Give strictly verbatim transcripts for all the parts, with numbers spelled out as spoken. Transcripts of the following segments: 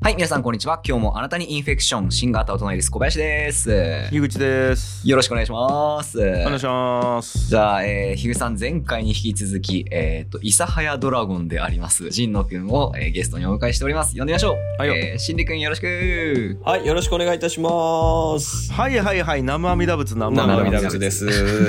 はい、皆さんこんにちは。今日もあなたにインフェクション、新型大人です。小林です。 樋口です。 よろしくお願いします。 お願いします。 じゃあ、えー、樋口さん、前回に引き続き、えっと、諫早ドラゴンであります、神野くんを、えー、ゲストにお迎えしております。呼んでみましょう。はい、えー、神野くんよろしく。 はい、よろしくお願いいたします。 はいはいはい、生阿弥陀仏、 生阿弥陀仏です。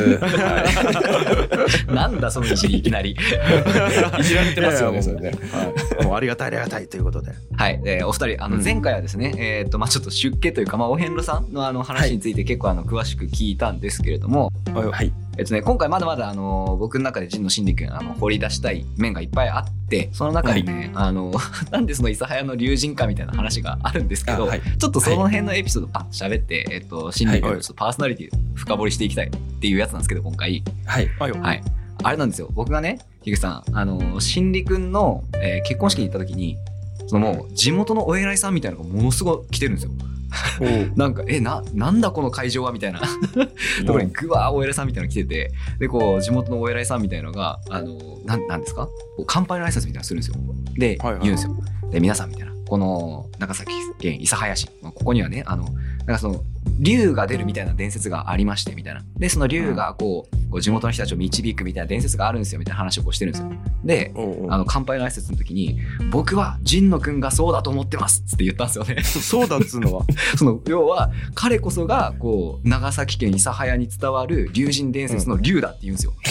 なんだそのいじりいきなり。 いじられてますよね、それね。 はい、もうありがたいありがたいということで。 はい、えー、お二人、あの、前回はですね、うん、えっと、まあちょっと出家というか、まあお遍路さんのあの話について結構あの詳しく聞いたんですけれども、 はい、はい、 えっとね、今回まだまだあの僕の中で神野真理君あの掘り出したい面がいっぱいあって、その中にね、はい、あのなんでその諫早の龍神かみたいな話があるんですけど、はい、ちょっとその辺のエピソードパッと喋って、はい、えっと真理君のちょっとパーソナリティ深掘りしていきたいっていうやつなんですけど、今回はいはい、はい、あれなんですよ。僕がね、樋口さん、あの真理君の、えー、結婚式に行った時に、そのもう地元のお偉いさんみたいなのがものすごい来てるんですよ。なんかえななんだこの会場はみたいなところにぐわーお偉いさんみたいなの来てて、でこう地元のお偉いさんみたいなのがあのなんなんですか、こう乾杯の挨拶みたいなのするんですよ。で、はいはい、言うんですよ。で皆さんみたいな、この長崎県諫早市、ここにはね、あのなんかその竜が出るみたいな伝説がありましてみたいな、でその竜がこう、こう地元の人たちを導くみたいな伝説があるんですよみたいな話をこうしてるんですよ。で、あの乾杯の挨拶の時に、僕は神野くんがそうだと思ってますって言ったんですよね。 そうだっつうのはその要は彼こそがこう長崎県諫早に伝わる竜神伝説の竜だって言うんですよ。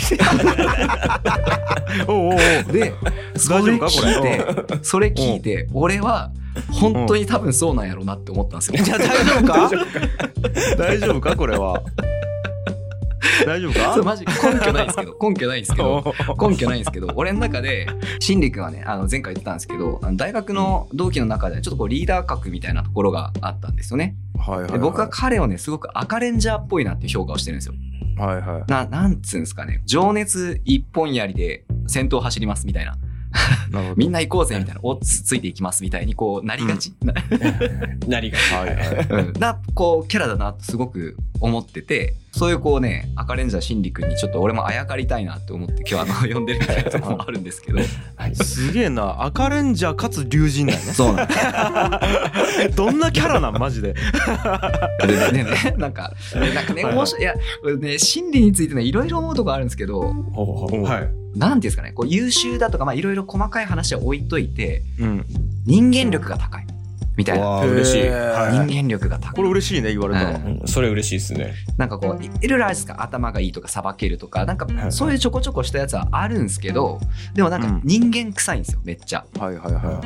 おうおうおうでそれ聞いてそれ聞いて俺は本当に多分そうなんやろうなって思ったんですよ。 じゃあ大丈夫か大丈夫かこれは大丈夫か。 そうマジ根拠ないんですけど根拠ないんですけど根拠ないんですけど俺の中で真理君はね、あの前回言ってたんですけど、あの大学の同期の中でちょっとこうリーダー格みたいなところがあったんですよね。 はいはいはい、 で僕は彼をねすごく赤レンジャーっぽいなっていう評価をしてるんですよ。 はいはい、 ななんつうんですかね、情熱一本槍で先頭走りますみたいな。みんな行こうぜみたいな、おつついていきますみたいにこうなりがち、うん、 なりがち、はいはい、 うん、なこうキャラだなとすごく思ってて、そういうこうね赤レンジャー真理君にちょっと俺もあやかりたいなって思って今日あの呼んでるみたいなところもあるんですけどはい、すげえな、赤レンジャーかつ龍神だよね。 そうなんですどんなキャラなんマジででねねなんかなんかね面白い、いやね真理についてねいろいろ思うとこあるんですけど、 はい、 なんていうんですかね、こう優秀だとかまあいろいろ細かい話は置いといて、うん、人間力が高いみたいな。 嬉しい。 人間力が高い。 これ嬉しいね、言われたら、 うん、それ嬉しいですね。 なんかこういろいろあるんですか、頭がいいとかさばけるとかなんかそういうちょこちょこしたやつはあるんですけど、でもなんか人間臭いんですよめっちゃ。 はいはいはい。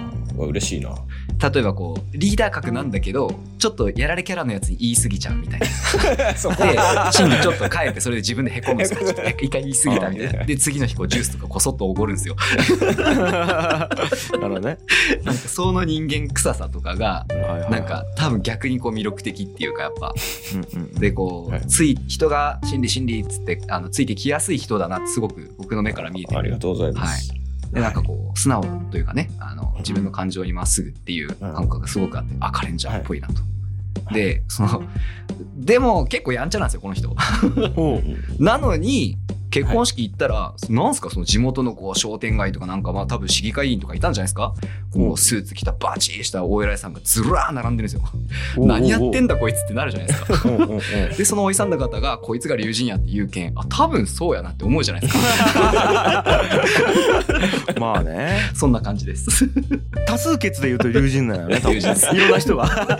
嬉しいな。 例えばこうリーダー格なんだけどちょっとやられキャラのやつに言い過ぎちゃうみたいな。で真にちょっと帰ってそれで自分でへこむんですよ。一回言い過ぎたみたいな。で次の日こうジュースとかこそっとおごるんですよ。 なるほどね。 なんかその人間臭さとかがなんか多分逆にこう魅力的っていうかやっぱでこうつい人が心理心理っつってあのついてきやすい人だなってすごく僕の目から見えてる。 ありがとうございます。 はい。でなんかこう素直というかね、あの自分の感情にまっすぐっていう感覚がすごくあって赤レンジャーっぽいなと。でそのでも結構やんちゃなんですよこの人。なのに結婚式行ったら、はい、なんすかその地元のこう商店街とかなんかまあ多分市議会議員とかいたんじゃないですか。こうスーツ着たバチーしたお偉いさんがずらー並んでるんですよ。何やってんだこいつってなるじゃないですか。でそのおいさんだ方がこいつが龍神やって言うけん、あ多分そうやなって思うじゃないですか。 まあね、 そんな感じです。 多数決で言うと龍神なんよね。龍神です。いろんな人が。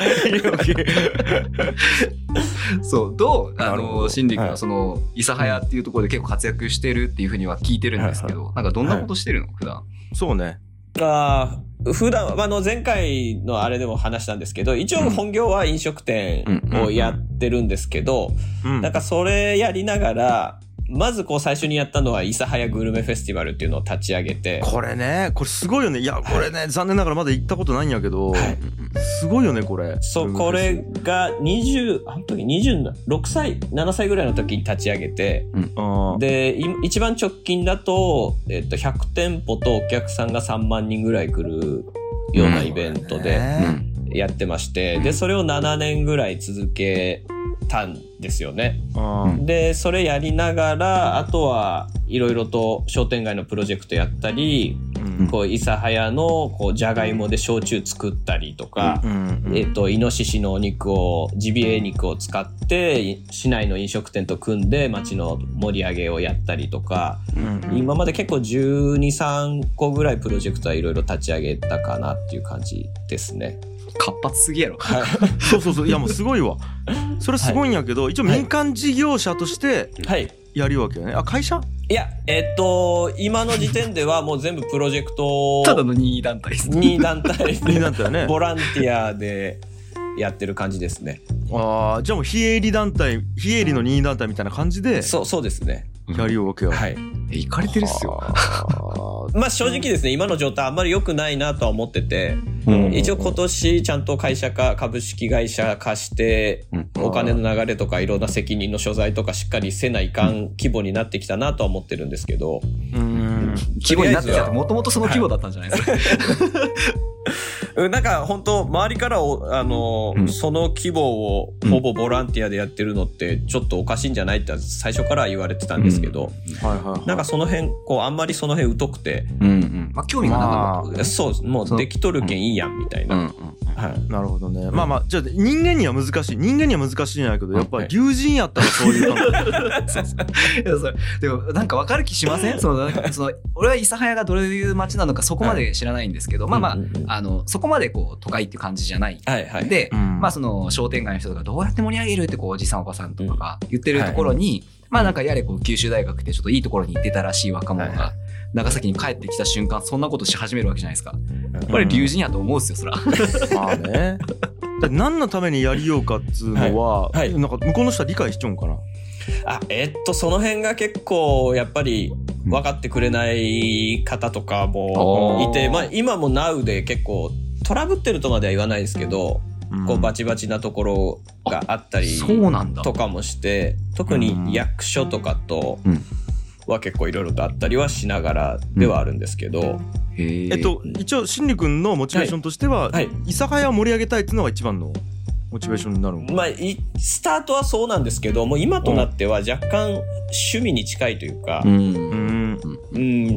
そうどうあの真理君はその諫早っていうところで結構活躍してるっていうふうには聞いてるんですけど、はいはい、なんかどんなことしてるの、はい、普段。 そうね。 あ普段あの前回のあれでも話したんですけど、一応本業は飲食店をやってるんですけど、うんうん、なんかそれやりながらまずこう最初にやったのは諫早グルメフェスティバルっていうのを立ち上げて、 これねこれすごいよね。いやこれね、はい、残念ながらまだ行ったことないんやけど、はい、すごいよねこれ。 そうこれがにじゅうあの時にじゅうろくさいななさいぐらいの時に立ち上げて、うん、で一番直近だと、えっと、ひゃくてんぽとお客さんがさんまんにんぐらい来るようなイベントでやってまして、うん、でそれをななねんぐらい続けたんですよね。でそれやりながらあとはいろいろと商店街のプロジェクトやったり、うん、こう諫早のこうじゃがいもで焼酎作ったりとか、うんうん、えーと、イノシシのお肉をジビエ肉を使って市内の飲食店と組んで町の盛り上げをやったりとか、うんうん、今まで結構じゅうに、さんこぐらいプロジェクトはいろいろ立ち上げたかなっていう感じですね。 活発すぎやろ。 そうそうそう、いやもうすごいわ。それすごいんやけど、はい、一応民間事業者としてやるわけよね。あ、会社？ いや、えっと今の時点ではもう全部プロジェクトただの任意団体です。 任意団体で任意団体ね。 ボランティアでやってる感じですね。 ああ、じゃあもう非営利団体、非営利の任意団体みたいな感じで、 そうそうですね。 やりようわけよ。 はい。 え、行かれてるっすよ。 まあ正直ですね、今の状態あんまり良くないなとは思ってて、うん、一応今年ちゃんと会社化、株式会社化して、うん、お金の流れとかいろんな責任の所在とかしっかりせないかん規模になってきたなとは思ってるんですけど、 うん、規模になってきたってもともとその規模だったんじゃないですか。 なんか本当周りからあの、うん、その規模をほぼボランティアでやってるのってちょっとおかしいんじゃないって最初から言われてたんですけど、うん、はいはいはい、なんかその辺こうあんまりその辺疎くて、 うんうん、まあ興味がなかった、 ね、そうもうできとるけんいいやんみたいな、うんうんうん、 はい、なるほどね。まあまあじゃあ人間には難しい人間には難しいんやけど、やっぱり龍神やったらそういう感じ。そうそうでもなんか分かる気しません？そのなんかその俺は諫早がどういう街なのかそこまで知らないんですけど、はい、まあまあ、あのそこまでこう都会っていう感じじゃない、はいはい、で、うん、まあその商店街の人とかどうやって盛り上げるってこうおじさんおばさんとかが言ってるところに、うんはい、まあなんかやれこう九州大学ってちょっといいところに行ってたらしい若者が、はい、長崎に帰ってきた瞬間そんなことし始めるわけじゃないですか。これ龍神やと思うっすよそら。 まあね。何のためにやりようかっつうのは、はいはい、なんか向こうの人は理解しちゃうんかな。 あえっとその辺が結構やっぱり分かってくれない方とかもいて、まあ今も Now で結構トラブってるとまでは言わないですけど、うん、こうバチバチなところがあったりとかもして、特に役所とかとは結構いろいろとあったりはしながらではあるんですけど、うんうん、 えっと一応しんりくんのモチベーションとしては、はいはい、諫早を盛り上げたいっていうのが一番のモチベーションになるのかな。 まあスタートはそうなんですけども、今となっては若干趣味に近いというか、うん、うん、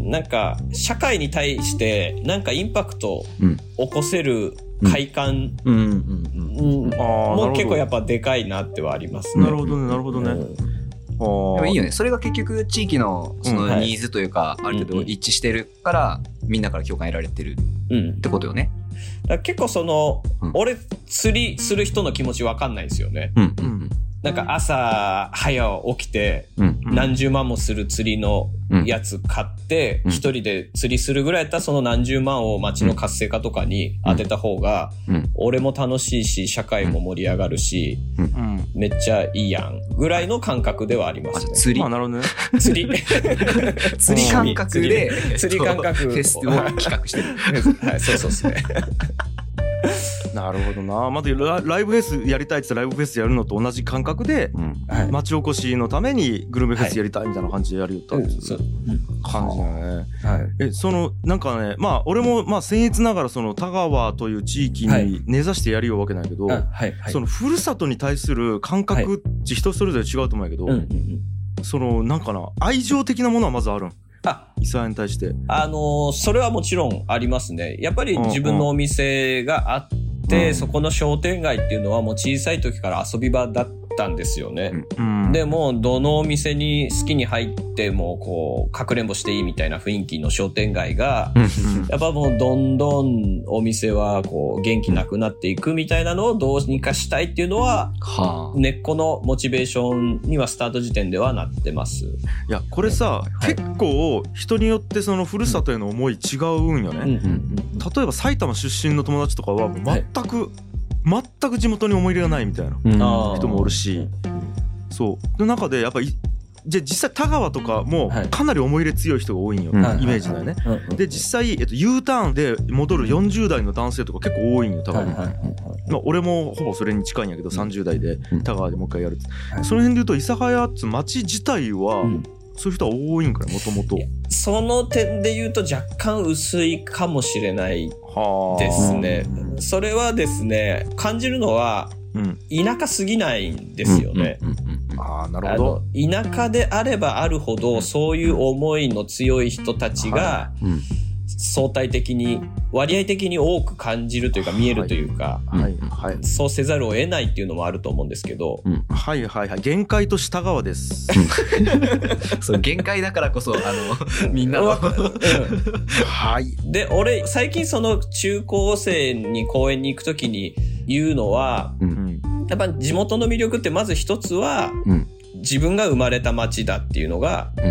なんか社会に対してなんかインパクト起こせる快感も結構やっぱでかいなってはありますね。 なるほどね、なるほどね。うんでもいいよね。それが結局地域のそのニーズというか、ある程度一致してるからみんなから共感得られてるってことよね。 だから結構その、うん、俺釣りする人の気持ち分かんないんですよね。うんうん、なんか朝早起きて何十万もする釣りのやつ買って一人で釣りするぐらいやったら、その何十万を街の活性化とかに当てた方が俺も楽しいし社会も盛り上がるしめっちゃいいやんぐらいの感覚ではありますね。 釣り、 まあ、なるほどね。 釣り釣り感覚で釣り感覚フェスを企画してる。 はい、そうそうですね。 なるほどな。まずライブフェスやりたいって言ったらライブフェスやるのと同じ感覚で、うんはい、町おこしのためにグルメフェスやりたいみたいな感じでやるよったんです、はい、感じだね、はい、えそのなんかね、まあ俺もまあ僭越ながらその田川という地域に根ざしてやるようわけないけど、はいはいはい、そのふるさとに対する感覚って人それぞれ違うと思うんやけど、はいうんうんうん、そのなんかな愛情的なものはまずあるん。あ、諫早に対して。 あのー、それはもちろんありますね。やっぱり自分のお店があって、うんうん、そこの商店街っていうのはもう小さい時から遊び場だったんですよね。うん、でも、どのお店に好きに入っても、こう、かくれんぼしていいみたいな雰囲気の商店街が、やっぱもうどんどんお店はこう、元気なくなっていくみたいなのをどうにかしたいっていうのは、はあ、根っこのモチベーションにはスタート時点ではなってます。いや、これさ、はい、結構人によってそのふるさとへの思い違うんよね。うんうんうん、例えば埼玉出身の友達とかは全く、はい全く地元に思い入れがないみたいな人もおるし、そうの中でやっぱりじゃあ実際田川とかもかなり思い入れ強い人が多いんよ、はい、イメージだよね、はい、で実際、えっと、U ターンで戻るよんじゅう代の男性とか結構多いんよ田川に、はいはいまあ、俺もほぼそれに近いんやけどさんじゅう代で田川でもう一回やるって、うん、その辺で言うと諫早って町自体は、うんそういう人は多いんかなもともと。 その点で言うと若干薄いかもしれないですね。それはですね感じるのは田舎すぎないんですよね。 ああ、なるほど。 田舎であればあるほど、そういう思いの強い人たちが、相対的に割合的に多く感じるというか見えるというか、はいはいはい、そうせざるを得ないっていうのもあると思うんですけど、 うん、はいはいはい、限界と下側ですそう限界だからこそあのみんなの、うん、 はいで俺最近その中高生に公園に行くときに言うのは、うん、やっぱ地元の魅力ってまず一つは、うん、自分が生まれた町だっていうのが、うん、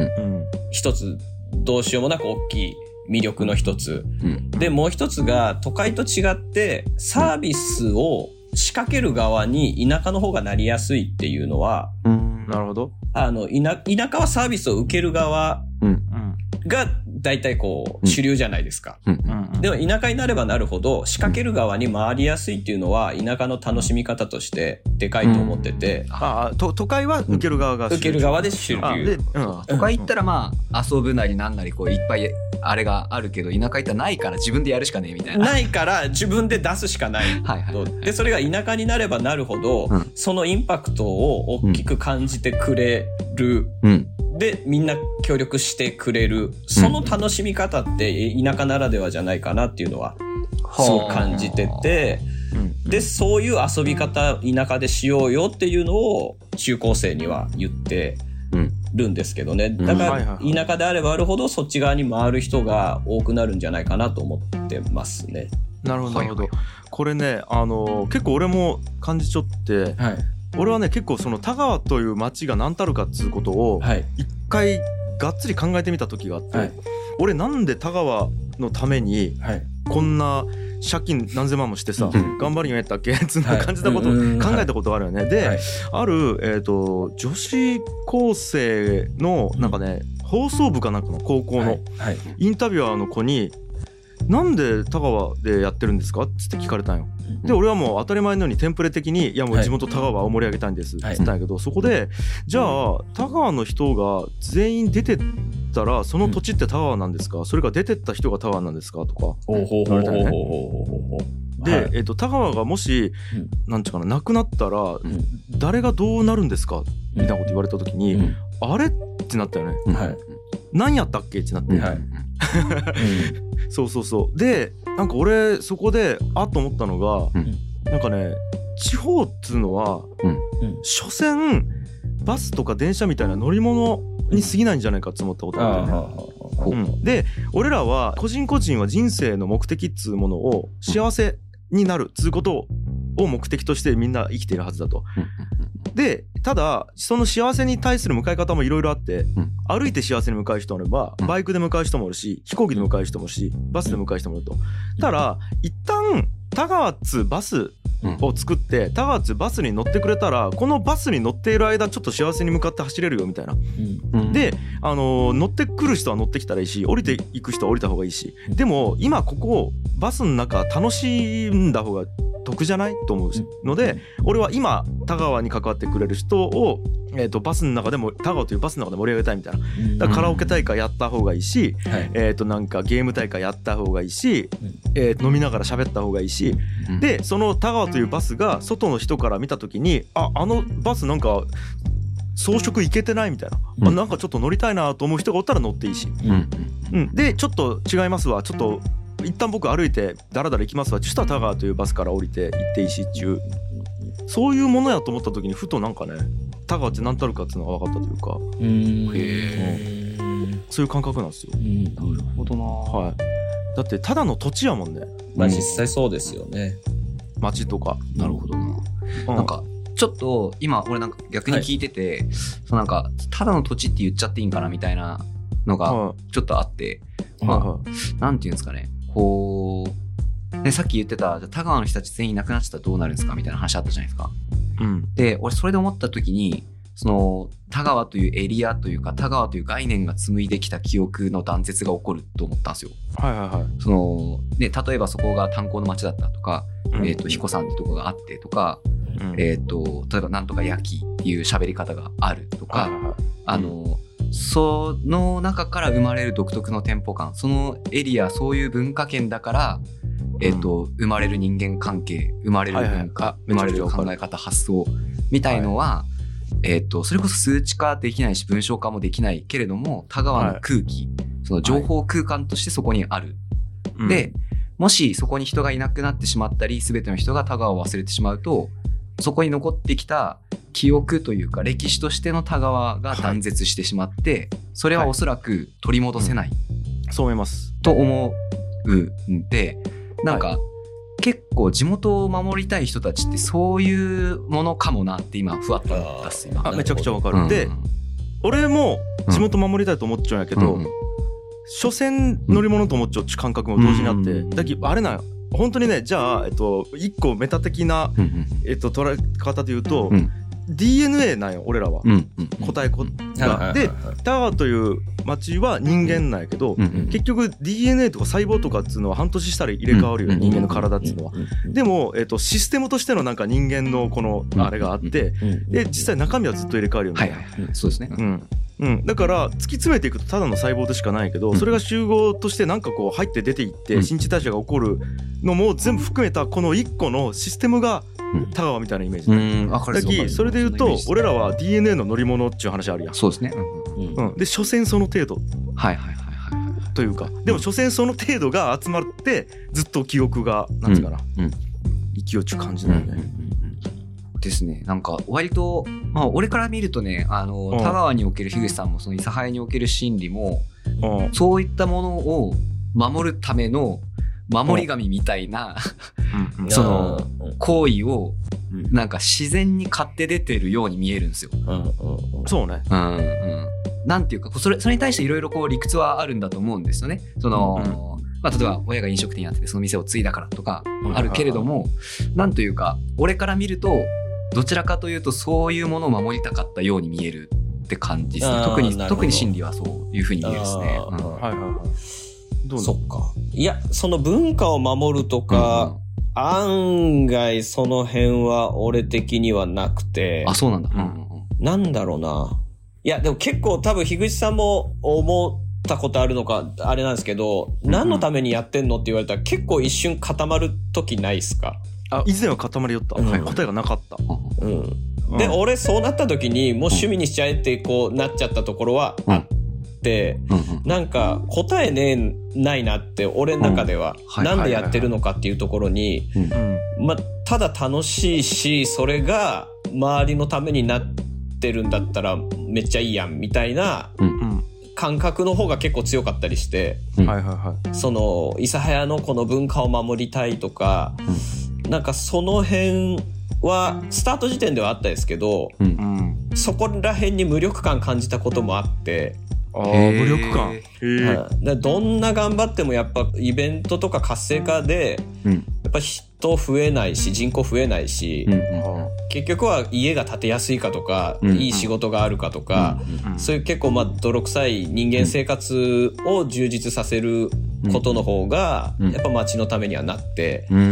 一つどうしようもなく大きい魅力の一つ、うん、でもう一つが都会と違ってサービスを仕掛ける側に田舎の方がなりやすいっていうのは、 うん、なるほど。 あの田、田舎はサービスを受ける側が大体こう主流じゃないですか、うんうん、でも田舎になればなるほど仕掛ける側に回りやすいっていうのは田舎の楽しみ方としてでかいと思ってて、 うん、ああ都会は受ける側が主流、受ける側で主流で、 うん、都会行ったらまあ遊ぶなりなんなりこういっぱいあれがあるけど田舎行ったらないから自分でやるしかねえみたいな、 ないから自分で出すしかないはいはい、はい、でそれが田舎になればなるほど、うん、そのインパクトを大きく感じてくれる、うんでみんな協力してくれるその楽しみ方って田舎ならではじゃないかなっていうのはすごく感じてて、でそういう遊び方田舎でしようよっていうのを中高生には言ってるんですけどね。だから田舎であればあるほどそっち側に回る人が多くなるんじゃないかなと思ってますね。 なるほどなるほど。これねあの結構俺も感じちょって、はい、俺はね結構その田川という町が何たるかっつうことを一回がっつり考えてみた時があって、はい、俺なんで田川のためにこんな借金何千万もしてさ、はい、頑張るよやったっけつんな感じたことを考えたことがあるよね、はい、で、はい、ある、えーと、女子高生のなんかね、うん、放送部かなんかの高校のインタビュアーの子になんで田川でやってるんですかっつって聞かれたんよ。で俺はもう当たり前のようにテンプレ的にいやもう地元田川を盛り上げたいんですっつったんやけど、そこでじゃあ田川の人が全員出てったらその土地って田川なんですか、それから出てった人が田川なんですかとか言われたよね。で、えーと、田川がもしなんちゅうかななくなったら誰がどうなるんですかみたいなこと言われた時にあれってなったよね。何やったっけってなって、はいそうそうそうでなんか俺そこであっと思ったのが、うん、なんかね地方っつうのは、うん、所詮バスとか電車みたいな乗り物に過ぎないんじゃないかって思ったことがあるんだよね、うん、で俺らは個人個人は人生の目的っつうものを幸せになるっつうことを目的としてみんな生きているはずだと。でただその幸せに対する向かい方もいろいろあって、うん、歩いて幸せに向かう人もいればバイクで向かう人もいるし飛行機で向かう人もいるしバスで向かう人もいると。ただ一旦田川っつバスを作って田川っつバスに乗ってくれたらこのバスに乗っている間ちょっと幸せに向かって走れるよみたいな、うん、で、あのー、乗ってくる人は乗ってきたらいいし降りていく人は降りた方がいいし、でも今ここバスの中楽しんだ方が得じゃないと思うので、俺は今田川に関わってくれる人を、えー、とバスの中でも田川というバスの中で盛り上げたいみたいな。だからカラオケ大会やった方がいいし、うん、えー、となんかゲーム大会やった方がいいし、うん、えー、飲みながら喋った方がいいし、うん、でその田川というバスが外の人から見た時にああのバスなんか装飾いけてないみたいな、うん、あなんかちょっと乗りたいなと思う人がおったら乗っていいし、うんうん、でちょっと違いますわちょっと一旦僕歩いてダラダラ行きますわそしたら田川というバスから降りて行っていいしっていうそういうものやと思った時にふとなんかね田川って何たるかっていうのが分かったというか、うーんへー、そういう感覚なんですよ。 うんなるほどな、 はい、だってただの土地やもんね。 まあ実際そうですよね。 町とか。 なるほどな、うん、なんかちょっと今俺なんか逆に聞いてて、はい、そうなんかただの土地って言っちゃっていいんかなみたいなのがちょっとあって、はい、まあ、はい、なんていうんですかねこう、ね、さっき言ってた田川の人たち全員いなくなっちゃったらどうなるんですかみたいな話あったじゃないですか、うん、で俺それで思った時にその田川というエリアというか田川という概念が紡いできた記憶の断絶が起こると思ったんですよ。 はいはいはい。 そのね、例えばそこが炭鉱の町だったとか、うん、えーと彦山ってとこがあってとか、うん、えーと例えばなんとか焼きっていう喋り方があるとか、はいはいはい、あの、うん、その中から生まれる独特のテンポ感、そのエリアそういう文化圏だからえーと、生まれる人間関係、生まれる文化、はいはい、生まれる考え方、発想みたいのは、はい、えーと、それこそ数値化できないし文章化もできないけれども、田川の空気、はい、その情報空間としてそこにある。はい、で、もしそこに人がいなくなってしまったり、全ての人が田川を忘れてしまうと、そこに残ってきた記憶というか歴史としての田川が断絶してしまって、はい、それはおそらく取り戻せない、はいうん、そう思いますと思うんで、なんか、はい、結構地元を守りたい人たちってそういうものかもなって今ふわっと思ったっす。今あめちゃくちゃわかる、うん、で俺も地元守りたいと思っちゃうんやけど、うんうん、所詮乗り物と思っちゃうって感覚も同時にあって、うん、だけどあれな本当にね、じゃあ、えっと、一個メタ的な、うんうん、えっと、捉え方で言うと、うん、ディーエヌエー なんよ俺らは、うんうん、答えこがで田川という町は人間なんやけど、うんうん、結局 ディーエヌエー とか細胞とかっつうのは半年したら入れ替わるよ、うん、人間の体っつうのは、うん、でも、えっと、システムとしてのなんか人間のこのあれがあって、うん、で実際中身はずっと入れ替わるよね、 はいはいはい、そうですね、 うんうん、だから突き詰めていくとただの細胞でしかないけど、それが集合としてなんかこう入って出ていって新陳代謝が起こるのも全部含めたこの一個のシステムが田川みたいなイメージ、うん、だきそれで言うと俺らは ディーエヌエー の乗り物っていう話あるやん。 そうですね、 うんうん、で所詮その程度、 はいはいはいはい、 というかでも所詮その程度が集まってずっと記憶がなんていうかな、うんうん、勢いっちゅう感じだよね、うんうんですね。なんか割と、まあ、俺から見るとね、あの、うん、田川における樋口さんもその諫早における心理も、うん、そういったものを守るための守り神みたいな、うん、その行為をなんか自然に買って出てるように見えるんですよ。 うんうん、そうね、 うんうん、なんていうかそれ、それに対していろいろこう理屈はあるんだと思うんですよね。その、うんまあ、例えば親が飲食店やっててその店を継いだからとかあるけれども、なんというか俺から見るとどちらかというとそういうものを守りたかったように見えるって感じですね。特に特に心理はそういうふうに見えるですね。うん、はいはいはい。 どうそっか。いやその文化を守るとか、うん、案外その辺は俺的にはなくて。 あそうなんだ。うんうん、 なんだろうな。いやでも結構多分樋口さんも思ったことあるのかあれなんですけど、うん、何のためにやってんのって言われたら結構一瞬固まる時ないですか？ あ以前は固まりよった、うん、答えがなかった、 うんうん、で俺そうなった時にもう趣味にしちゃえってこうなっちゃったところはあって、うんうん、なんか答えねえないなって俺の中では、うん、なんでやってるのかっていうところに、うんまあ、ただ楽しいしそれが周りのためになってるんだったらめっちゃいいやんみたいな感覚の方が結構強かったりして、うんはいはいはい、その諫早のこの文化を守りたいとか、うん、なんかその辺はスタート時点ではあったですけど、うん、そこら辺に無力感感じたこともあってあ無力感へだどんな頑張ってもやっぱイベントとか活性化で、うん、やっぱ人増えないし人口増えないし、うんうん、結局は家が建てやすいかとか、うん、いい仕事があるかとか、うんうん、そういう結構まあ泥臭い人間生活を充実させることの方がやっぱ町のためにはなって、うん、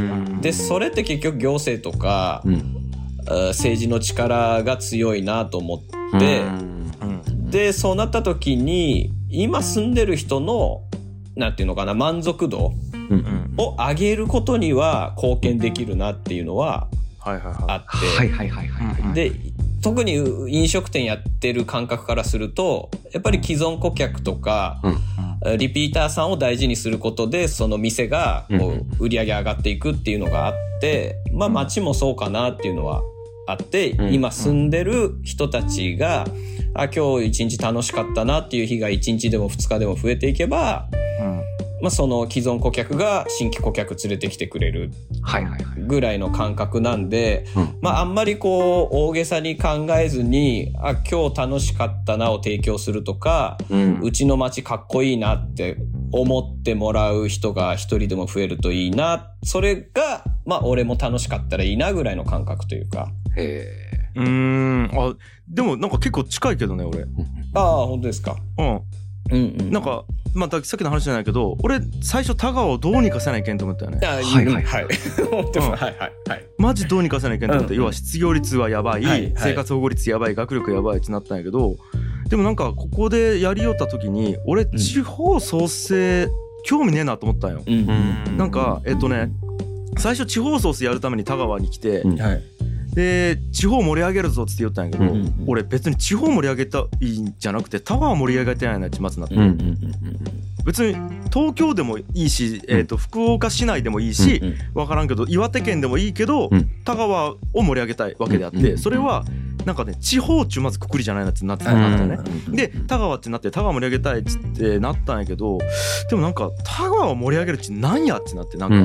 でそれって結局行政とか、うん、政治の力が強いなと思って、うんでそうなった時に今住んでる人のなんていうのかな満足度を上げることには貢献できるなっていうのはあってで特に飲食店やってる感覚からするとやっぱり既存顧客とか、うん、リピーターさんを大事にすることでその店がこう売り上げ上がっていくっていうのがあってまあ街もそうかなっていうのはあって今住んでる人たちがあ今日一日楽しかったなっていう日が一日でも二日でも増えていけば、うんまあ、その既存顧客が新規顧客連れてきてくれるぐらいの感覚なんで、まあ、あんまりこう大げさに考えずにあ今日楽しかったなを提供するとか、うん、うちの街かっこいいなって思ってもらう人が一人でも増えるといいなそれがまあ俺も楽しかったらいいなぐらいの感覚というかへーうーんあでもなんか結構近いけどね俺ああ本当ですか、 うん、うんうんなんかまあさっきの話じゃないけど俺最初田川をどうにかせないけんと思ったよねはいはいはいはいはいはいマジどうにかせないけんと思った、うん、要は失業率はやばい、はいはい、生活保護率やばい学力やばいってなったんやけどでもなんかここでやりよった時に俺地方創生興味ねえなと思ったんよ、うん、なんかえっとね最初地方ソースやるために田川に来て、うんはい、で地方盛り上げるぞって言ったんやけど、うんうんうん、俺別に地方盛り上げたいんじゃなくて田川盛り上げてないなってまずなって、うんうんうん、別に東京でもいいし、えー、と福岡市内でもいいし、うんうん、分からんけど岩手県でもいいけど、うん、田川を盛り上げたいわけであって、うんうん、それはなんかね地方っちゅうまずくくりじゃないなってなってたんだよね、うん、で田川ってなって田川盛り上げたいっつってなったんやけどでもなんか田川を盛り上げるっちなんやってなってなんか、うん、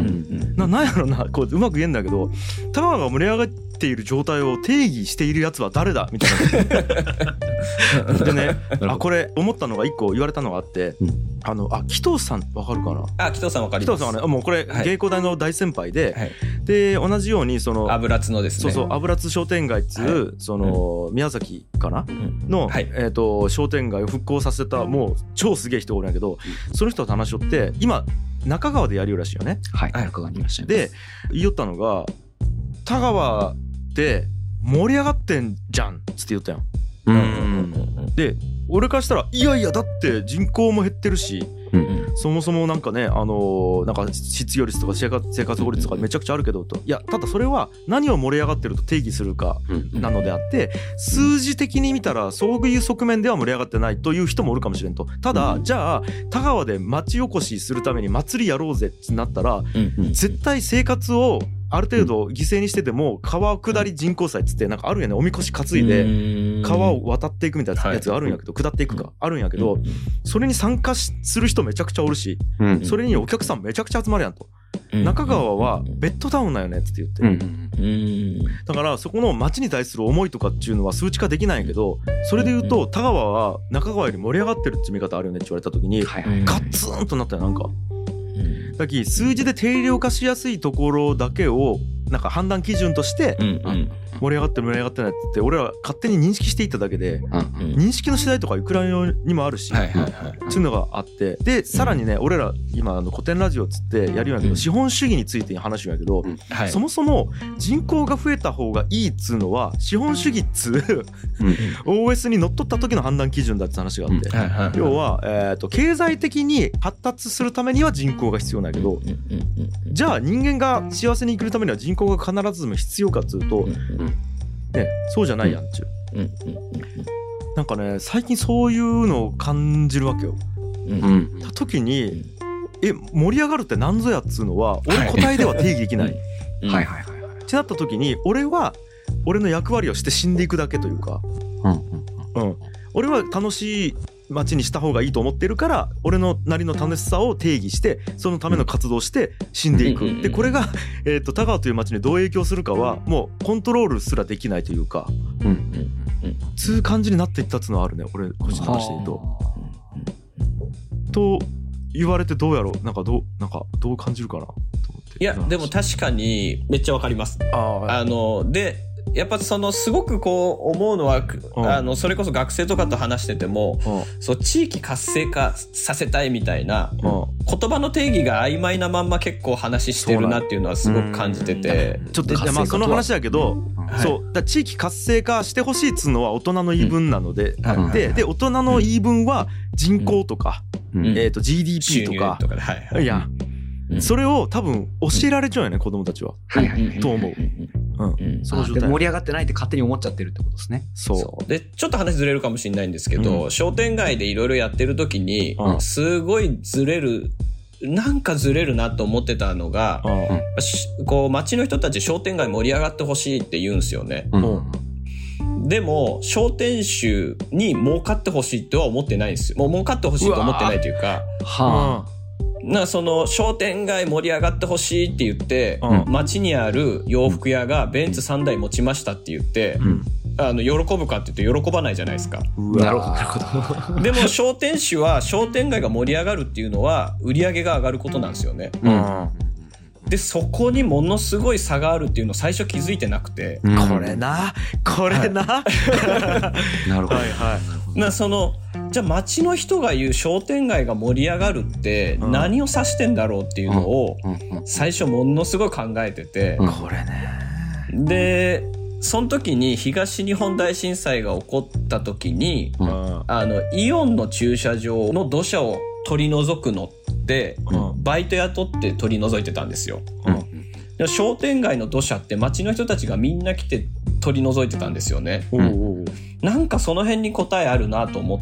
な, なんやろなこううまく言えんだけど田川が盛り上がっている状態を定義しているやつは誰だみたいなでねあこれ思ったのが一個言われたのがあって、うん、あのあ紀藤さんわかるかなあ紀藤さんわかります。 紀藤さんはねもうこれ、はい、芸工大の大先輩で、はい、で同じようにその油津のですねそうそう油津商店街っつう、はい、その、うん、宮崎かな、うん、の、はいえー、と商店街を復興させたもう超すげえ人おるんやけど、うん、その人と話しよって今中川でやるよらしいよね。 はい中川にいらっしゃいます。 で言いよったのが田川で盛り上がってんじゃんっつって言ったやん。うんうんうん、で俺からしたらいやいやだって人口も減ってるし、うんうん、そもそもなんかねあのー、なんか失業率とか生活生活保護率とかめちゃくちゃあるけどといやただそれは何を盛り上がってると定義するかなのであって数字的に見たらそういう側面では盛り上がってないという人もおるかもしれんと。ただじゃあ田川で町おこしするために祭りやろうぜってなったら絶対生活をある程度犠牲にしてても川下り人工祭っつってなんかあるんやねおみこし担いで川を渡っていくみたいなやつがあるんやけど下っていくかあるんやけどそれに参加する人めちゃくちゃおるしそれにお客さんめちゃくちゃ集まるやんと。中川はベッドタウンなんよねって言ってだからそこの町に対する思いとかっていうのは数値化できないんやけどそれで言うと田川は中川より盛り上がってるって見方あるよねって言われた時にガッツンとなったよなんか。だき数字で定量化しやすいところだけをなんか判断基準として盛り上がってる盛り上がってないって言って俺ら勝手に認識していっただけで認識の次第とかいくらにもあるしそういうのがあってでさらにね俺ら今あの古典ラジオっつってやるんやけど資本主義について話すんやけどそもそも人口が増えた方がいいっつうのは資本主義っつう オーエス にのっとった時の判断基準だって話があって要はえっと経済的に発達するためには人口が必要なんやけどじゃあ人間が幸せに生きるためには人口が必ずしも必要かっつうとね、そうじゃないやんちゅう、うんうんうん、なんかね最近そういうのを感じるわけよ、うんうん、た時にえ盛り上がるって何ぞやっつうのは俺答えでは定義できない、うん、はいはいはいはいってなった時に俺は俺の役割をして死んでいくだけというか、うんうんうん、俺は楽しい街にした方がいいと思ってるから俺のなりの楽しさを定義してそのための活動をして死んでいくでこれが、えー、と田川という街にどう影響するかはもうコントロールすらできないというかつう感じになっていったっていうのはあるね俺個人の話で言うと。と言われてどうやろうなんかどうなんかどう感じるかなと思って。 いやでも確かにめっちゃわかります。ああのでやっぱそのすごくこう思うのは、うん、あのそれこそ学生とかと話してても、うん、そう地域活性化させたいみたいな、うん、言葉の定義が曖昧なまんま結構話してるなっていうのはすごく感じててちょっとまあその話だけど、はい、そうだ地域活性化してほしいっつうのは大人の言い分なので、うん、で, で大人の言い分は人口とか、うんえー、と ジーディーピー とか、とかはいはい、いやそれを多分教えられちゃうよね、うん、子供たちは、はいはいはい、と思う、うんうん、その状態で盛り上がってないって勝手に思っちゃってるってことですね。 そうそうでちょっと話ずれるかもしれないんですけど、うん、商店街でいろいろやってる時に、うん、すごいずれるなんかずれるなと思ってたのが、うん、こう街の人たち商店街盛り上がってほしいって言うんですよね、うん、でも商店主に儲かってほしいとは思ってないんですよ。もう儲かってほしいと思ってないというかはあなその商店街盛り上がってほしいって言って、うん、街にある洋服屋がベンツさんだい持ちましたって言って、うん、あの喜ぶかって言って喜ばないじゃないですか。 なるほどなるほど。 でも商店主は商店街が盛り上がるっていうのは売り上げが上がることなんですよね、うん、でそこにものすごい差があるっていうのを最初気づいてなくて、 うん、これなこれな、はい、なるほど、はいはい、 なそのじゃあ街の人が言う商店街が盛り上がるって何を指してんだろうっていうのを最初ものすごい考えてて、 うんうん、これねでその時に東日本大震災が起こった時に、うん、あのイオンの駐車場の土砂を取り除くのってバイト雇って取り除いてたんですよ、 うん、 でも商店街の土砂って町の人たちがみんな来て取り除いてたんですよね、うん、なんかその辺に答えあるなと思って、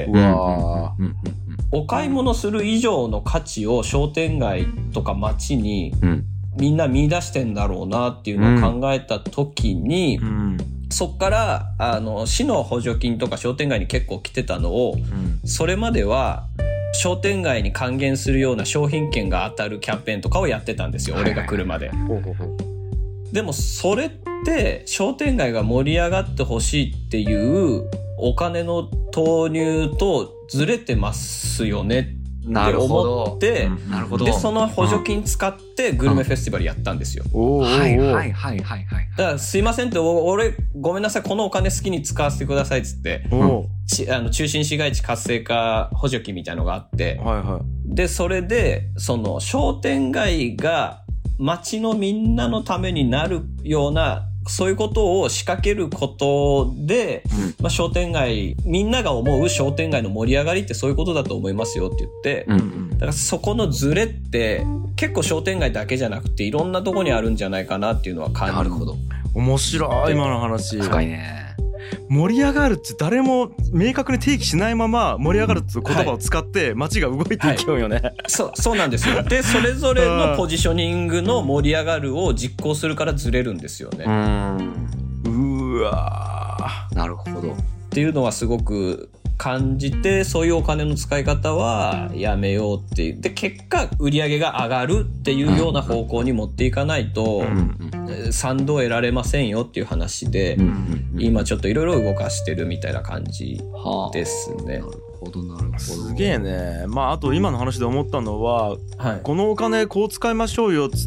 うわ、 うん、お買い物する以上の価値を商店街とか町にみんな見出してんだろうなっていうのを考えた時に、うんうん、そっからあの市の補助金とか商店街に結構来てたのを、うん、それまでは商店街に還元するような商品券が当たるキャンペーンとかをやってたんですよ、俺が来るまで。でもそれって商店街が盛り上がってほしいっていうお金の投入とずれてますよねって思って、 なるほど、 でその補助金使ってグルメフェスティバルやったんですよ。 はいはいはいはいはい。 だからすいませんって俺ごめんなさいこのお金好きに使わせてくださいっつって、あの中心市街地活性化補助金みたいなのがあって、 はいはい、 でそれでその商店街が街のみんなのためになるようなそういうことを仕掛けることで、うん、まあ、商店街みんなが思う商店街の盛り上がりってそういうことだと思いますよって言って、うんうん、だからそこのズレって結構商店街だけじゃなくていろんなとこにあるんじゃないかなっていうのは感じる。 なるほど、 面白い今の話。 深いね。 盛り上がるって誰も明確に定義しないまま盛り上がるっていう言葉を使って街が動いていきようよね、はいはい、 そう、そうなんですよ。でそれぞれのポジショニングの盛り上がるを実行するからずれるんですよね。 うーん、うわー、なるほどっていうのはすごく感じて、そういうお金の使い方はやめようっていう。で結果売り上げが上がるっていうような方向に持っていかないと、うんうん、賛同得られませんよっていう話で、うんうんうん、今ちょっといろいろ動かしてるみたいな感じですね。 はあ、なるほどなるほど。 すげえね。まああと今の話で思ったのは、はい、このお金こう使いましょうよっつって、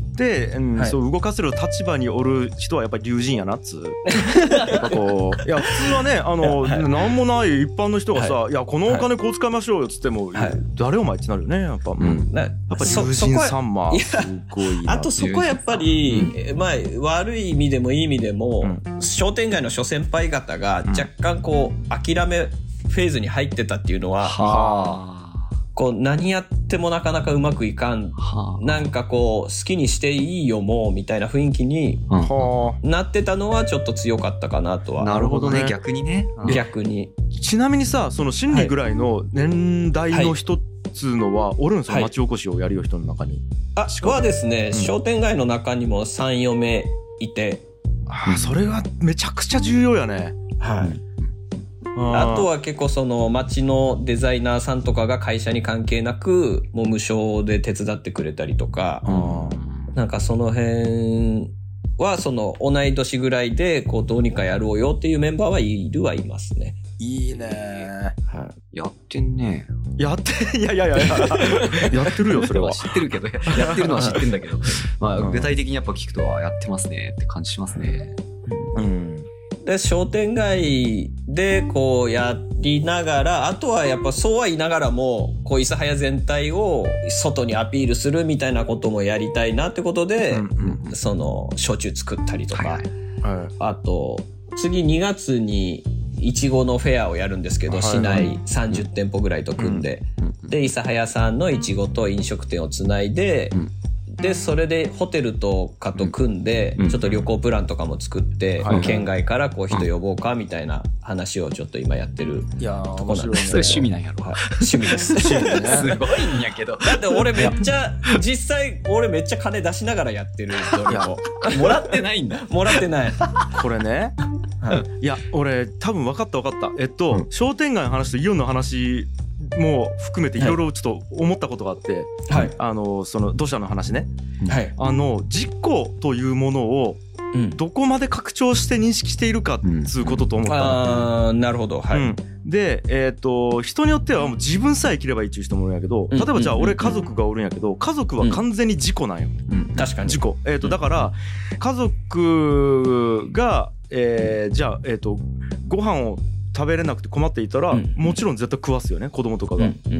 うん、はい、そう動かせる立場におる人はやっぱり龍神やなっつやっぱこういや普通はねあの、はい、なんもない一般の人がさ、はい、いやこのお金こう使いましょうよっつっても、はい、誰お前ってなるよねやっぱ、うん、やっぱ龍神さんますごいな。 あとそこはやっぱり、うん、まあ悪い意味でもいい意味でも、うん、商店街の諸先輩方が若干こう諦めフェーズに入ってたっていうのは、はあ、こう何やってもなかなかうまくいかん、はあ、なんかこう好きにしていいよもうみたいな雰囲気になってたのはちょっと強かったかなとは。 なるほどね、逆にね。 逆に。 ちなみにさ、その心理ぐらいの年代の人っつうのはおるんですか、はい、町おこしをやるよ人の中に。 あ、はですね、うん、商店街の中にもさん、よめいいて、 あ、うん、それはめちゃくちゃ重要やね。 はい。あとは結構その街のデザイナーさんとかが会社に関係なくもう無償で手伝ってくれたりとか、なんかその辺はその同い年ぐらいでこうどうにかやろうよっていうメンバーはいるはいますね。 いいね、 はい、やってんね。 やっていやいやいやいややってるよそれは。 知ってるけどやってるのは知ってるんだけど、まあ具体的にやっぱ聞くとやってますねって感じしますね。 うん。で商店街でこうやりながら、あとはやっぱそうは言いながらもこう諫早全体を外にアピールするみたいなこともやりたいなってことで、うんうんうん、その焼酎作ったりとか、はいはい、あと次にがつにいちごのフェアをやるんですけど、市内さんじゅってんぽぐらいと組んで、で諫早さんのいちごと飲食店をつないで、でそれでホテルとかと組んで、うん、ちょっと旅行プランとかも作って、うん、県外からこう人呼ぼうかみたいな話をちょっと今やってるとこなんです。 それ趣味なんやろ、はい、 趣味です趣味ね、すごいんやけど。 だって俺めっちゃ実際俺めっちゃ金出しながらやってる。どれももらってないんだ。 もらってない。 これね、はい、いや俺多分分かった分かった。えっと、うん、商店街の話とイオンの話も含めていろいろちょっと思ったことがあって、はい、あのその土砂の話ね、はい、あの実行というものをどこまで拡張して認識しているかっつうことと思ったの、うんうん、あなるほど、はい、うん、 で、えーと、人によってはもう自分さえ生きればいいっていう人もいるんやけど、例えばじゃあ俺家族がおるんやけど、家族は完全に自己なんよ、 うん、確かに自己、えーと、だから家族が、えー、じゃあ、えーと、ご飯を食べれなくて困っていたら、うん、もちろん絶対食わすよね、子供とかが、うんうんうん、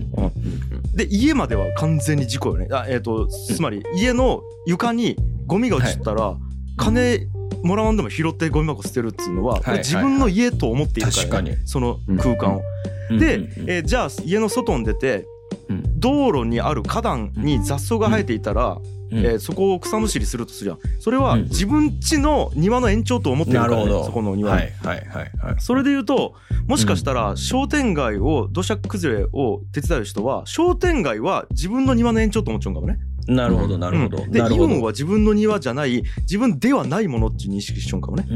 で家までは完全に事故よね。あ、えーと、つまり家の床にゴミが落ちたら、はい、金もらわんでも拾ってゴミ箱捨てるっていうのは、はい、自分の家と思っているから、ね、その空間を、うん、で、えー、じゃあ家の外に出て、うん、 道路にある花壇に雑草が生えていたら、うんえー、そこを草むしりするとするじゃん。それは自分家の庭の延長と思ってるからね、うん、そこの庭に、はいはいはいはい、それで言うともしかしたら商店街を土砂崩れを手伝う人は商店街は自分の庭の延長と思っちゃうんかもね。 なるほどなるほど、 うん、でイオンは自分の庭じゃない自分ではないものっていう認識しちゃうんかもね、うん、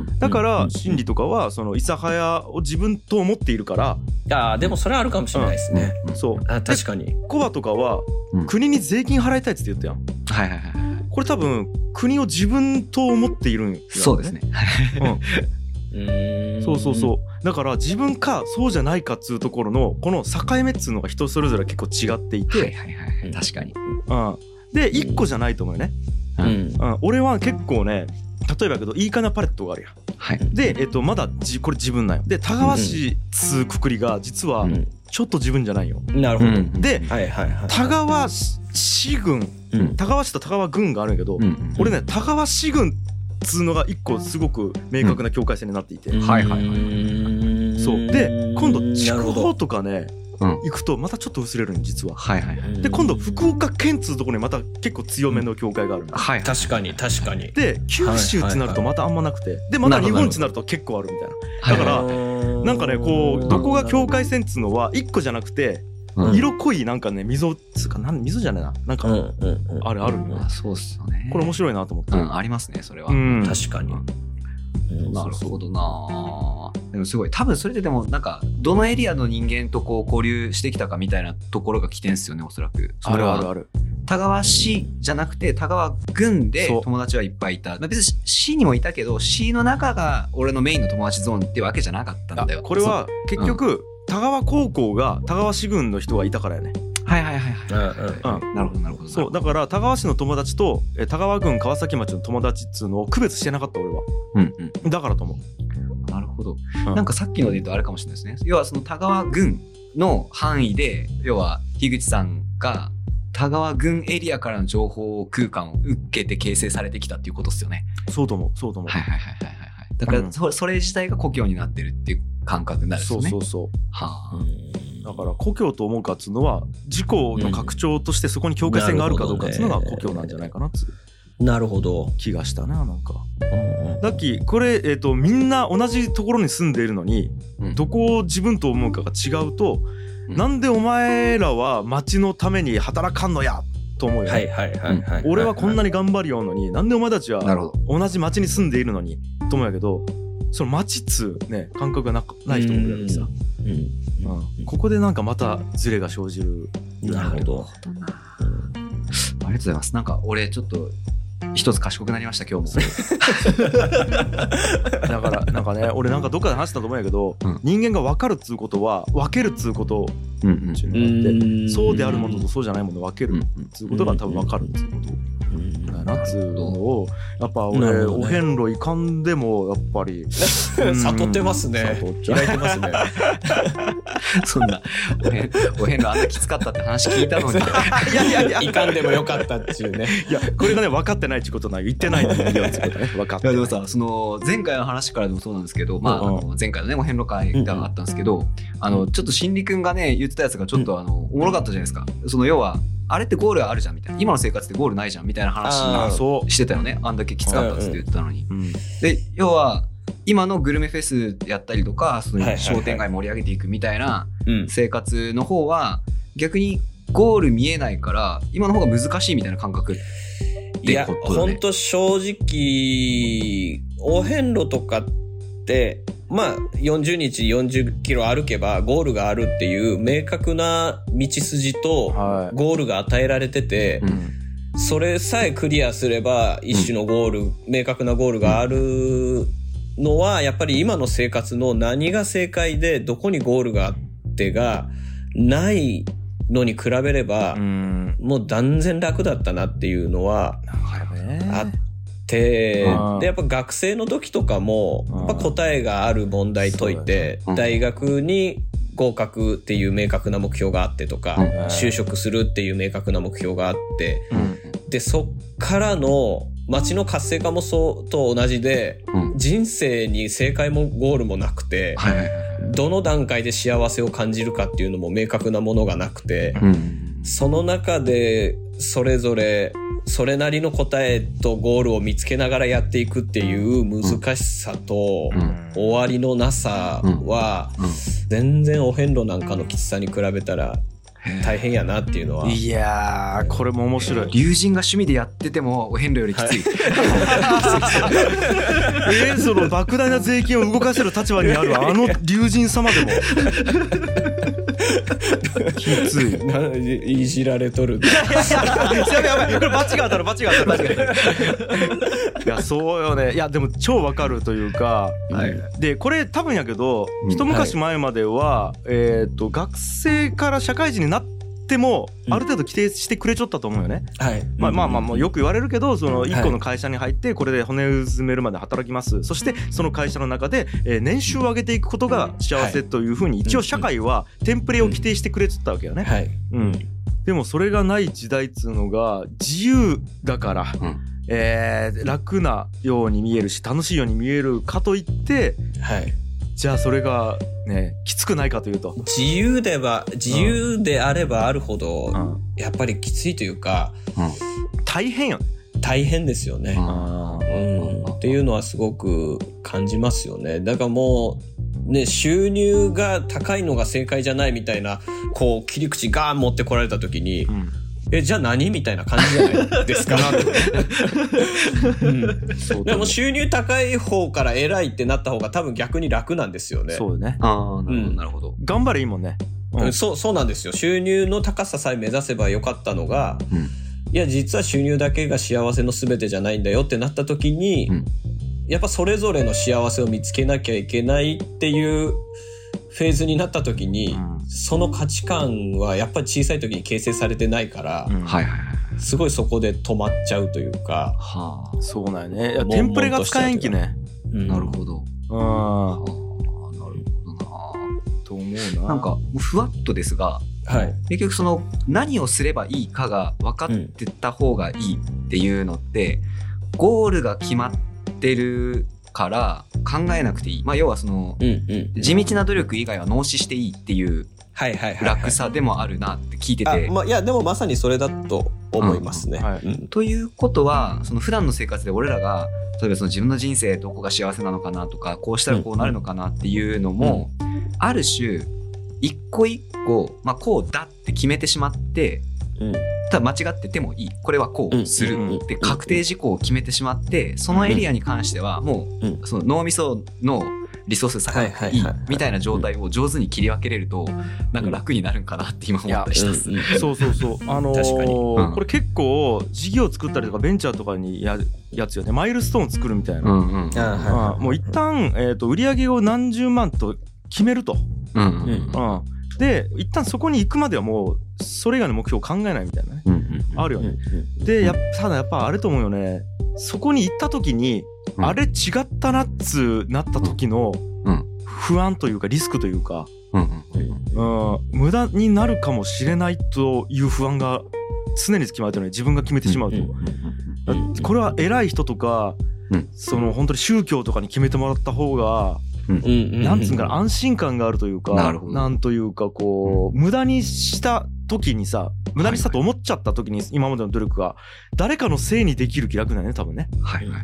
だから心理とかはその諫早を自分と思っているから、 あでもそれはあるかもしれないですね、 うん、そうあ確かにコバとかは国に税金払いたいって言ったやん、 はいはいはい、 これ多分国を自分と思っているんや、ね、 そうですね、 うん、うそうそうそうだから自分かそうじゃないかっつうところのこの境目っつうのが人それぞれ結構違っていて、 はいはいはい、確かに、 うん、でいっこじゃないと思うよね、うんうん、俺は結構ね例えばけどいいかなパレットがあるやん、はい、で、えっと、まだじこれ自分なんよで田川市つうくくりが実はちょっと自分じゃないよ、 うん、なるほど、 で、はいはいはい、田川市郡、うん、田川市と田川郡があるんやけど、うん、俺ね田川市郡つうのが一個すごく明確な境界線になっていて、うん、はいはいはいそうで今度筑豊とかねうん、行くとまたちょっと薄れるん実は、はいはいはい、で今度福岡県っつうところにまた結構強めの境界があるんで、うんはいはい、 確かに確かにで九州ってなるとまたあんまなくて、はいはいはい、でまた日本ってなると結構あるみたいな、だからなんかねこうどこが境界線っつうのは一個じゃなくて、うん、色濃いなんかね溝つうかなん溝じゃねえななんか、うんうんうん、あれあるよ、 うん、そうっすよねこれ面白いなと思って、 うん、ありますねそれは、 うん、確かに、 うん、なるほどな。でもすごい多分それででもなんかどのエリアの人間とこう交流してきたかみたいなところが起点ですよねおそらく。それはあるあるある。 田川市じゃなくて田川郡で友達はいっぱいいた。まあ、別に市にもいたけど市の中が俺のメインの友達ゾーンってわけじゃなかったんだよ。 これは結局、うん、田川高校が田川市郡の人がいたからやね。 はいはいはいはい。うん、なるほどなるほど。 そうだから田川市の友達とえ田川郡川崎町の友達っつうのを区別してなかった俺は。うんうん。だからと思う。 なるほど、うん、なんかさっきので言うとあれかもしれないですね。要はその田川郡の範囲で要は樋口さんが田川郡エリアからの情報空間を受けて形成されてきたっていうことですよね。 そうと思うそうと思う。 はいはいはいはいはい。だからそ れ, それ自体が故郷になってるっていう感覚になるんですよね。 そうそうそう。はあ。だから故郷と思うかっつうのは自己の拡張としてそこに境界線があるかどうかっつうのが故郷なんじゃないかなっつう。 なるほど気がしたななんか。だっきこれ、えーと、みんな同じところに住んでいるのに、うん、どこを自分と思うかが違うと、うん、なんでお前らは町のために働かんのやと思うよ、ね。はいはいはいはい。俺はこんなに頑張りようのに、はいはい、なんでお前たちは同じ町に住んでいるのにと思うんやけど、その町っつうね感覚が な, ない人もいるわけさ、うんうんうん。ここでなんかまたズレが生じる。 なるほど。 ありがとうございます。なんか俺ちょっと。一つ賢くなりました今日もだからなんかね俺なんかどっかで話したと思うんやけど、うん、人間が分かるっつうことは分けるっつうことっていうのがあって、うんうん、そうであるものとそうじゃないものを分けるっつうことが多分分かるっつうことだなっつうのをやっぱ俺、ね、お遍路いかんでもやっぱり悟ってますね開いてますねそんなお遍お遍路あんなきつかったって話聞いたのにいやいやいやいかんでもよかったっていうねいやこれがね分かってないってことない言ってないのに言うってことね分かってない。 いやでもさその前回の話からでもそうなんですけど、まあ、あの前回のねお遍路会があったんですけど、うんうん、あのちょっと心理くんがね言ってたやつがちょっとあの、うん、おもろかったじゃないですか。その要はあれってゴールあるじゃんみたいな今の生活ってゴールないじゃんみたいな話をしてたよね。 あ, あんだけきつかったっつって言ってたのに、うんうん、で要は今のグルメフェスやったりとかその商店街盛り上げていくみたいな生活の方は逆にゴール見えないから今の方が難しいみたいな感覚ってことだね。 いやほんと正直お遍路とかってまあよんじゅうにちよんじゅっキロ歩けばゴールがあるっていう明確な道筋とゴールが与えられてて、はいうん、それさえクリアすれば一種のゴール、うん、明確なゴールがあるのはやっぱり今の生活の何が正解でどこにゴールがあってがないのに比べれば、うん、もう断然楽だったなっていうのはあってでやっぱ学生の時とかもやっぱ答えがある問題解いて大学に合格っていう明確な目標があってとか就職するっていう明確な目標があってでそっからの街の活性化もそうと同じで人生に正解もゴールもなくてどの段階で幸せを感じるかっていうのも明確なものがなくてその中でそれぞれそれなりの答えとゴールを見つけながらやっていくっていう難しさと終わりのなさは全然お遍路なんかのきつさに比べたら大変やなっていうのは。 いやーこれも面白い。 龍神が趣味でやっててもお遍路よりきつい、 はい、えー、その莫大な税金を動かせる立場にあるあの龍神様でもきつい。 いじられとる。 やばいやばいこれバチが当たるバチが当たる。いやそうよね。いやでも超わかるというか、はい、でこれ多分やけど、うん、一昔前までは、はい、えー、と学生から社会人になってもある程度規定してくれちゃったと思うよね、 はい、 まあまあまあもうよく言われるけど、そのいっこの会社に入ってこれで骨うずめるまで働きます、そしてその会社の中で年収を上げていくことが幸せというふうに一応社会はテンプレを規定してくれてたわけよね、はいうん、でもそれがない時代っつうのが自由だから、うんえー、楽なように見えるし楽しいように見えるかといって、はい、じゃあそれがねきつくないかというと、 自由では自由であればあるほど、うん、やっぱりきついというか、 うん、大変よね。 大変ですよね、うんうん、っていうのはすごく感じますよね。だからもうね、収入が高いのが正解じゃないみたいなこう切り口ガーン持ってこられた時に、うんえじゃあ何みたいな感じじゃないですか、うん、でも収入高い方から偉いってなった方が多分逆に楽なんですよね。 そうね。 ああ、なるほど、うん、なるほど。 頑張れいいもんね、 うん、そうそうなんですよ。収入の高ささえ目指せばよかったのが、うん、いや実は収入だけが幸せの全てじゃないんだよってなった時に、うん、やっぱそれぞれの幸せを見つけなきゃいけないっていうフェーズになった時に、うん、その価値観はやっぱり小さい時に形成されてないから、うん、すごいそこで止まっちゃうというか、 はあ、そうだよね。いやテンプレが使えんきね、 うん、なるほど、 うん、はあ、なるほどなと思うな。 なんかふわっとですが、はい、結局その何をすればいいかが分かってた方がいいっていうのって、うん、ゴールが決まってるから考えなくていい、まあ、要はその、うんうん、地道な努力以外は脳死していいっていう楽さでもあるなって聞いてて、 まあ、いやでもまさにそれだと思いますね、うんはいうん、 ということはその普段の生活で俺らが例えばその自分の人生どこが幸せなのかなとかこうしたらこうなるのかなっていうのも、うんうん、ある種一個一個、まあ、こうだって決めてしまってうん、ただ間違っててもいい、これはこうするって確定事項を決めてしまって、そのエリアに関してはもうその脳みそのリソース高くていいみたいな状態を上手に切り分けれるとなんか楽になるんかなって今思ったりしたっす、うんうん、 そうそうそう、あのー、確かに、うん、これ結構事業作ったりとかベンチャーとかにやるやつよね。マイルストーン作るみたいな、うんうん、あもう一旦、えーと、売り上げを何十万と決めると、うんうんうんで一旦そこに行くまではもうそれ以外の目標を考えないみたいなね、うんうんうん、あるよね、うんうん、でやただやっぱあれと思うよね、そこに行った時に、うん、あれ違ったなっつなった時の不安というかリスクというか、うんうんうん、無駄になるかもしれないという不安が常に決まってるのに自分が決めてしまうと、うんうん、これは偉い人とか、うん、その本当に宗教とかに決めてもらった方がうん、なんつうんかな、安心感があるというか、なるほど、なんというかこう、うん、無駄にした時にさ、無駄にしたと思っちゃった時に今までの努力が誰かのせいにできる気楽だよね多分ね。はいはいはいはい。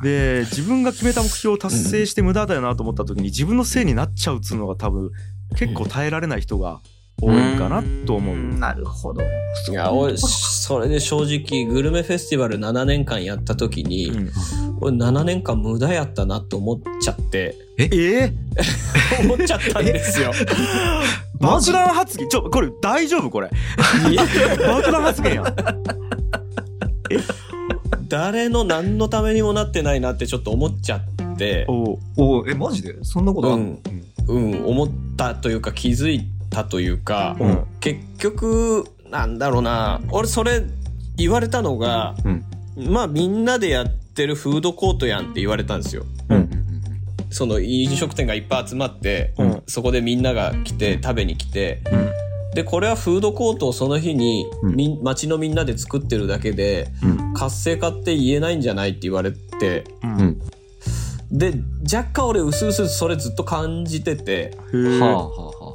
で自分が決めた目標を達成して無駄だよなと思った時に自分のせいになっちゃうっつうのが多分結構耐えられない人が多いかなと思う。うん、 なるほど。 いや俺それで正直グルメフェスティバルななねんかんやった時に、うん、俺ななねんかん無駄やったなと思っちゃってええ思っちゃったんですよ。 爆弾発言ちょこれ大丈夫これ爆弾発言やん。 え誰の何のためにもなってないなってちょっと思っちゃっておおえマジでそんなことあるの？ うん、うん、思ったというか気づいたというか、うん、結局なんだろうな俺それ言われたのが、うん、まあみんなでやってるフードコートやんって言われたんですよ、うん、その飲食店がいっぱい集まって、うん、そこでみんなが来て食べに来て、うん、でこれはフードコートをその日に、うん、町のみんなで作ってるだけで、うん、活性化って言えないんじゃないって言われて、うん、で若干俺うすうすそれずっと感じてて、はあはあはあ、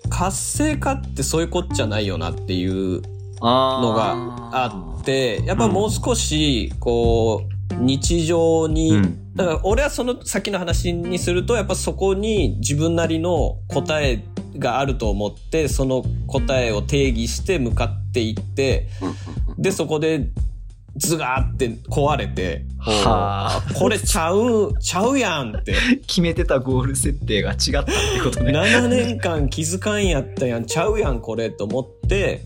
活性化ってそういうこっちゃないよなっていうのがあって、やっぱもう少しこう日常に、うん、だから俺はその先の話にするとやっぱそこに自分なりの答えがあると思ってその答えを定義して向かっていってでそこでズガーって壊れてはあこれちゃうちゃうやんって決めてたゴール設定が違ったってことねななねんかん気づかんやったやんちゃうやんこれと思って、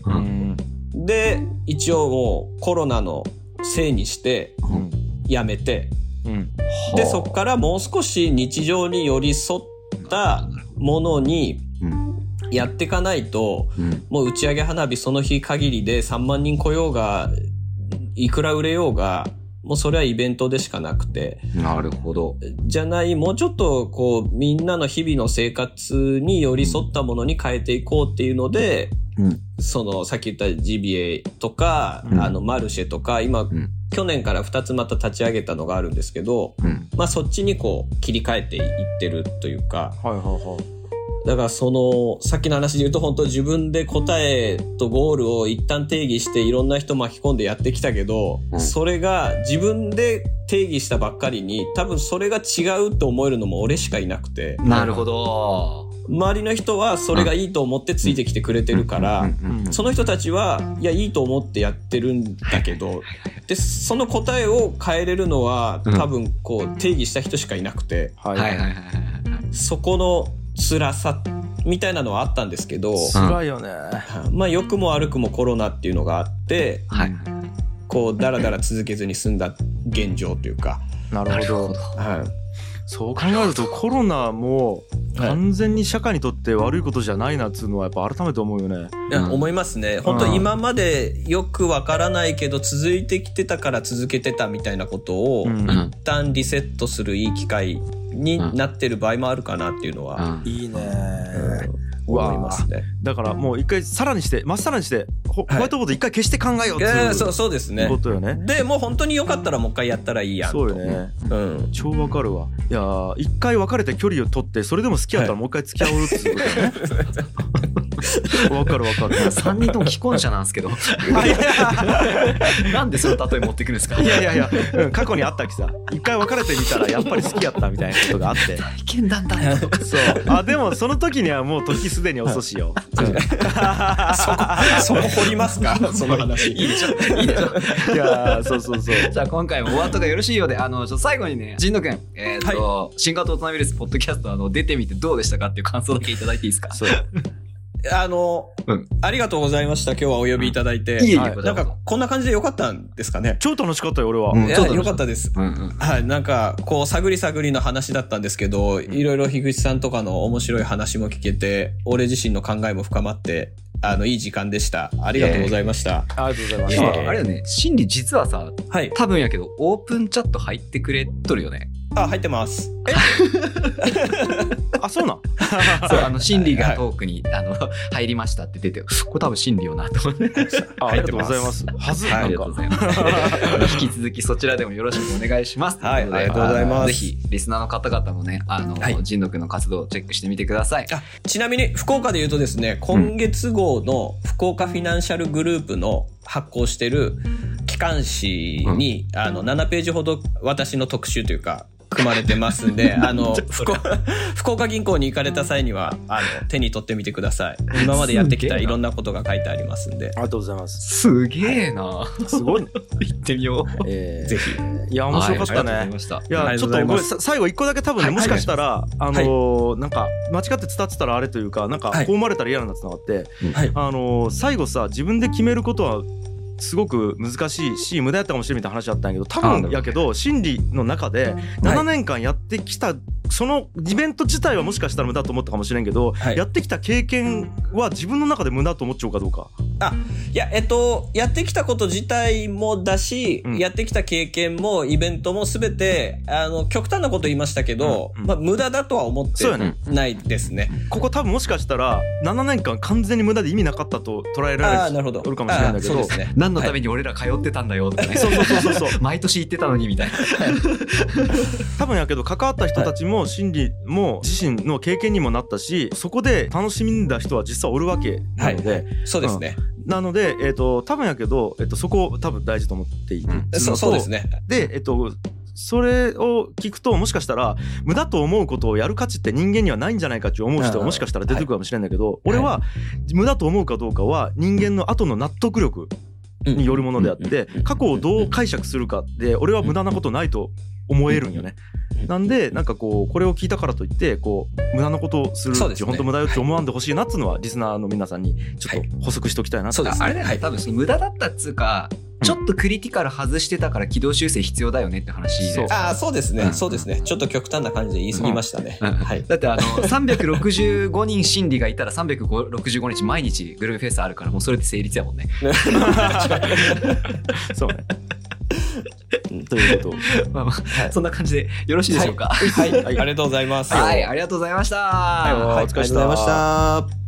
うん、で一応もうコロナのせいにしてやめて、うん、でそっからもう少し日常に寄り添ったものにやっていかないと、うん、もう打ち上げ花火その日限りでさんまんにん来ようがいくら売れようがもうそれはイベントでしかなくてなるほどじゃないもうちょっとこうみんなの日々の生活に寄り添ったものに変えていこうっていうので、うん、そのさっき言った ジービーエー とか、うん、あのマルシェとか今、うん、去年からふたつまた立ち上げたのがあるんですけど、うん、まあそっちにこう切り替えていってるというか、はいはいはい、だからそのさっきの話で言うと本当自分で答えとゴールを一旦定義していろんな人巻き込んでやってきたけど、うん、それが自分で定義したばっかりに多分それが違うと思えるのも俺しかいなくてなるほど周りの人はそれがいいと思ってついてきてくれてるからその人たちはいやいいと思ってやってるんだけどでその答えを変えれるのは多分こう定義した人しかいなくてそこの辛さみたいなのはあったんですけど辛いよねまあ良くも悪くもコロナっていうのがあって、はい、こうだらだら続けずに済んだ現状というかなるほど、はい、そう考えるとコロナも完全に社会にとって悪いことじゃないなっつうのはやっぱ改めて思うよね。 いや思いますね。本当今までよくわからないけど続いてきてたから続けてたみたいなことを一旦リセットするいい機会になってる場合もあるかなっていうのは、 うん、いいね、 うん、思いますね。 だからもう一回さらにしてまっさらにしてホワイトボード一回消して考えようっていう、 はい、そうそうですね。 ことよね。 でもう本当によかったらもう一回やったらいいやんと。 そうよね、うん、超わかるわ。いや一回別れて距離を取ってそれでも好きやったらもう一回付き合おうっていうことね。わかるわかる。 さんにんとも既婚者なんですけどなんでその例え持ってくるんですか。 いやいやいや、うん、過去にあったきさ一回別れてみたらやっぱり好きやったみたいなことがあって体験談だよ。 そうあでもその時にはもう時すでに遅しよ、うん、そこそこ掘りますかその話。 いいでしょいいでしょ。 いやそうそうそう。 じゃあ今回もお後がよろしいようであのちょっと最後にね神野くん、えーとはい、新型大人ウイルスポッドキャストあの出てみてどうでしたかっていう感想だけいただいていいですか。そうあの、うん、ありがとうございました。今日はお呼びいただいて、うん、いいはい、なんかこんな感じでよかったんですかね。 超楽しかったよ俺は。 うん、いやよかったです、うんうん、はい。なんかこう探り探りの話だったんですけど、いろいろ樋口さんとかの面白い話も聞けて、俺自身の考えも深まってあのいい時間でした。ありがとうございました。 ありがとうございました。 あれよね、心理実はさ、はい、多分やけどオープンチャット入ってくれとるよね。 あ、入ってます。 えあ、そうなんそう、あの心理がトークに、はい、あの入りましたって出て、これ多分心理よなと思ってあ。ありがとうございます。はず、 はい、ありがとうございます。引き続きそちらでもよろしくお願いします。 はい、ありがとうございます。 ぜひリスナーの方々もね、あの、はい、神野くんの活動をチェックしてみてください。 あ、ちなみに福岡で言うとですね、今月号の福岡フィナンシャルグループの発行してる機関誌に、うん、あのななページほど私の特集というか組まれてますんで、あの福岡、福岡銀行に行かれた際にはあの手に取ってみてください。今までやってきたいろんなことが書いてありますんで。 ありがとうございます。 すげえな、はい、 すごい行ってみよう、 えー、ぜひ。いや面白かったね、はい、いやちょっとごめん最後一個だけ多分ね、はい、もしかしたら、はい、あのーはい、なんか間違って伝わってたらあれというかなんかこう思われたら嫌なんだってのがあって、はい、あのー、最後さ自分で決めることはすごく難しいし無駄やったかもしれないみたいな話だったんやけど多分やけど心理の中でななねんかんやってきたそのイベント自体はもしかしたら無駄と思ったかもしれんけど、はい、やってきた経験は自分の中で無駄と思っちゃうかどうか。 あ、いや、えっと、やってきたこと自体もだし、うん、やってきた経験もイベントもすべて、あの、極端なこと言いましたけど、うんうん、まあ、無駄だとは思ってないですね。 ここ多分もしかしたら、ななねんかん完全に無駄で意味なかったと捉えられる人おるかもしれないんだけど、 そうですね、 何のために俺ら通ってたんだよとかね。 そうそうそうそう。 毎年行ってたのにみたいな。 多分やけど、関わった人たちも心理も自身の経験にもなったし、そこで楽しんだ人は実はおるわけなので、はい、 そうですね。 うん、なので、えっと、多分やけど、えっと、そこを多分大事と思っている、 うん、そう、そうですね。 で、えっと、それを聞くと、もしかしたら無駄と思うことをやる価値って人間にはないんじゃないかって思う人はもしかしたら出てくるかもしれないんだけど、はい、俺は無駄と思うかどうかは人間の後の納得力によるものであって、過去をどう解釈するかで俺は無駄なことないと思えるんよね。なんでなんかこうこれを聞いたからといってこう無駄なことをするっていう、本当無駄よって思わんでほしいなっつうのはリスナーの皆さんにちょっと補足しておきたいなって。 そうですね。あれね、はい、多分無駄だったっつうか、ちょっとクリティカル外してたから軌道修正必要だよねって話で。 ああ、そうですね、うん、そうですね。ちょっと極端な感じで言い過ぎましたね、うんうん、はい、 だってあのさんびゃくろくじゅうごにん心理がいたらさんびゃくろくじゅうごにち毎日グルメフェスあるから、もうそれで成立やもんね。 そうね。ということまあまあ、はい、そんな感じでよろしいでしょうか。 はい、はいはい、ありがとうございます。 はい、ありがとうございました。 はい、お疲れ様でした。